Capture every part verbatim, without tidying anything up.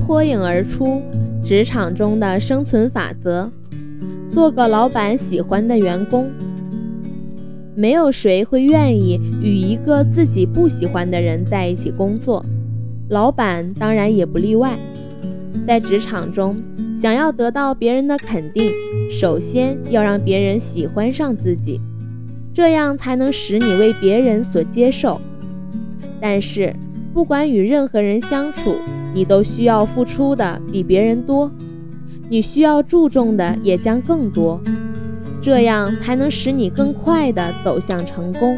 脱颖而出，职场中的生存法则，做个老板喜欢的员工。没有谁会愿意与一个自己不喜欢的人在一起工作，老板当然也不例外。在职场中，想要得到别人的肯定，首先要让别人喜欢上自己，这样才能使你为别人所接受。但是不管与任何人相处，你都需要付出的比别人多，你需要注重的也将更多，这样才能使你更快地走向成功。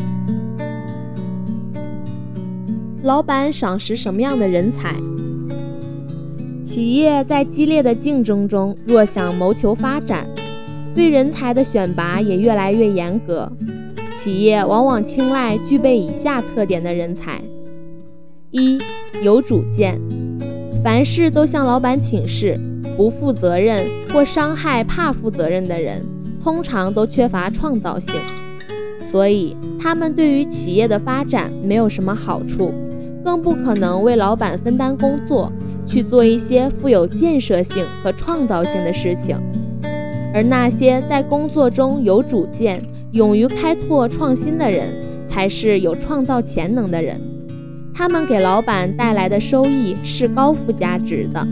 老板赏识什么样的人才？企业在激烈的竞争中，若想谋求发展，对人才的选拔也越来越严格。企业往往青睐具备以下特点的人才：一、有主见，凡事都向老板请示，不负责任或伤害怕负责任的人，通常都缺乏创造性，所以他们对于企业的发展没有什么好处，更不可能为老板分担工作，去做一些富有建设性和创造性的事情。而那些在工作中有主见、勇于开拓创新的人，才是有创造潜能的人，他们给老板带来的收益是高附加值的。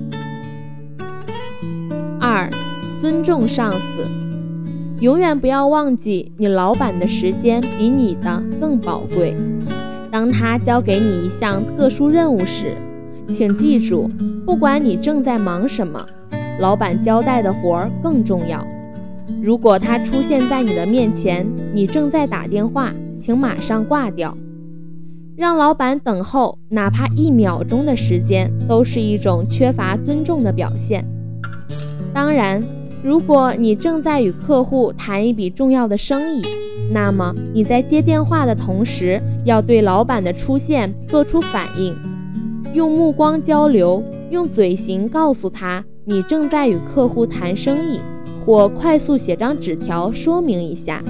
二、尊重上司，永远不要忘记你老板的时间比你的更宝贵。当他交给你一项特殊任务时，请记住，不管你正在忙什么，老板交代的活儿更重要。如果他出现在你的面前，你正在打电话，请马上挂掉。让老板等候哪怕一秒钟的时间，都是一种缺乏尊重的表现。当然，如果你正在与客户谈一笔重要的生意，那么你在接电话的同时，要对老板的出现做出反应，用目光交流，用嘴型告诉他你正在与客户谈生意，或快速写张纸条说明一下。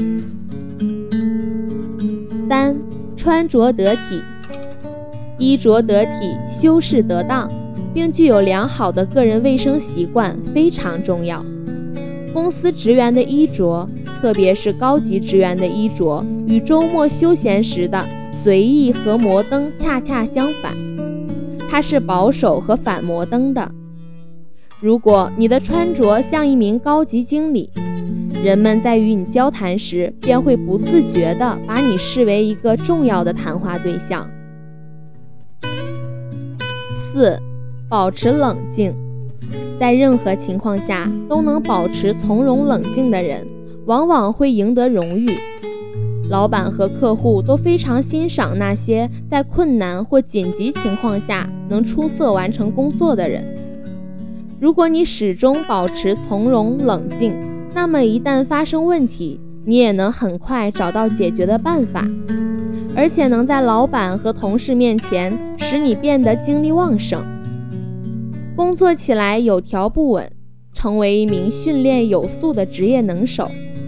三、穿着得体，衣着得体，修饰得当，并具有良好的个人卫生习惯非常重要。公司职员的衣着，特别是高级职员的衣着，与周末休闲时的随意和摩登恰恰相反，它是保守和反摩登的。如果你的穿着像一名高级经理，人们在与你交谈时便会不自觉地把你视为一个重要的谈话对象。四、保持冷静，在任何情况下都能保持从容冷静的人，往往会赢得荣誉。老板和客户都非常欣赏那些在困难或紧急情况下能出色完成工作的人。如果你始终保持从容冷静，那么一旦发生问题，你也能很快找到解决的办法，而且能在老板和同事面前使你变得精力旺盛，工作起来有条不紊，成为一名训练有素的职业能手。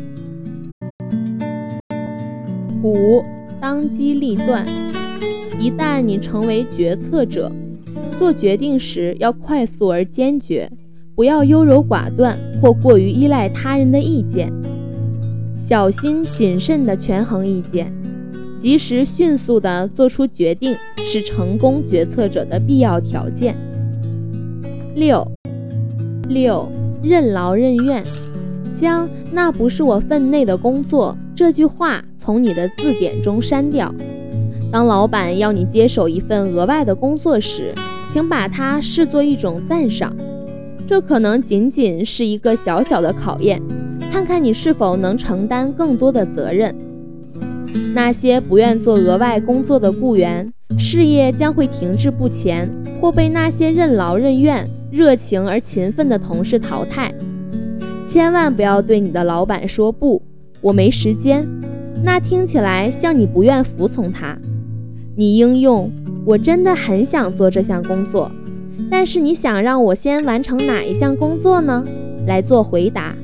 五、当机立断，一旦你成为决策者，做决定时要快速而坚决，不要优柔寡断或过于依赖他人的意见，小心谨慎地权衡意见，及时迅速地做出决定是成功决策者的必要条件。六、六、任劳任怨，将那不是我分内的工作这句话从你的字典中删掉。当老板要你接手一份额外的工作时，请把它视作一种赞赏，这可能仅仅是一个小小的考验，看看你是否能承担更多的责任。那些不愿做额外工作的雇员，事业将会停滞不前，或被那些任劳任怨、热情而勤奋的同事淘汰。千万不要对你的老板说不，我没时间，那听起来像你不愿服从他。你应用我真的很想做这项工作，但是你想让我先完成哪一项工作呢？来做回答。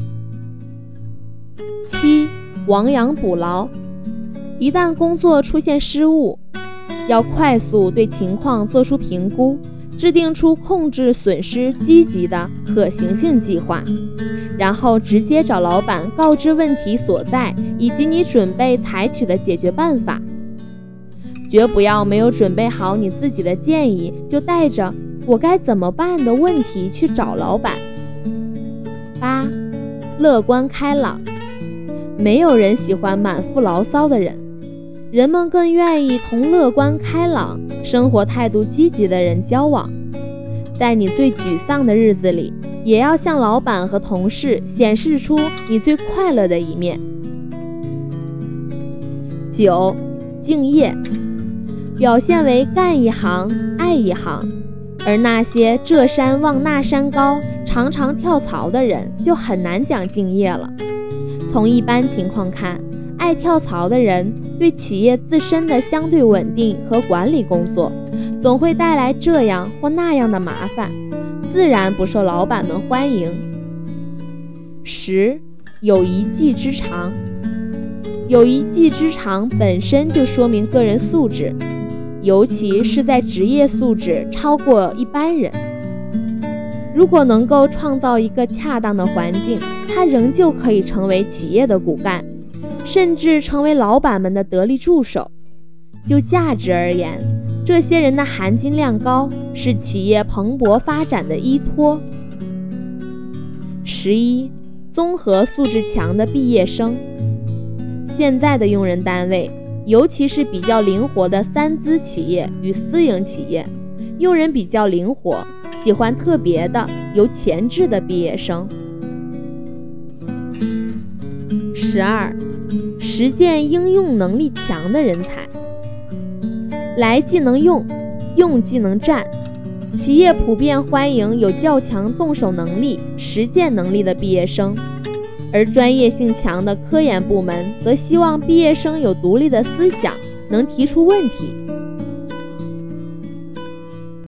七、亡羊补牢，一旦工作出现失误，要快速对情况做出评估， 制定出控制损失积极的可行性计划，然后直接找老板告知问题所在以及你准备采取的解决办法。绝不要没有准备好你自己的建议，就带着我该怎么办的问题去找老板。八、乐观开朗。没有人喜欢满腹牢骚的人，人们更愿意同乐观开朗、生活态度积极的人交往。在你最沮丧的日子里，也要向老板和同事显示出你最快乐的一面。九、敬业。表现为干一行爱一行，而那些这山望那山高、常常跳槽的人就很难讲敬业了。从一般情况看，爱跳槽的人对企业自身的相对稳定和管理工作总会带来这样或那样的麻烦，自然不受老板们欢迎。十、有一技之长。有一技之长本身就说明个人素质，尤其是在职业素质超过一般人。如果能够创造一个恰当的环境，他仍旧可以成为企业的骨干，甚至成为老板们的得力助手。就价值而言，这些人的含金量高，是企业蓬勃发展的依托。十一、综合素质强的毕业生。现在的用人单位，尤其是比较灵活的三资企业与私营企业，用人比较灵活，喜欢特别的、有潜质的毕业生。十二、实践应用能力强的人才。来既能用，用既能战。企业普遍欢迎有较强动手能力、实践能力的毕业生，而专业性强的科研部门则希望毕业生有独立的思想，能提出问题。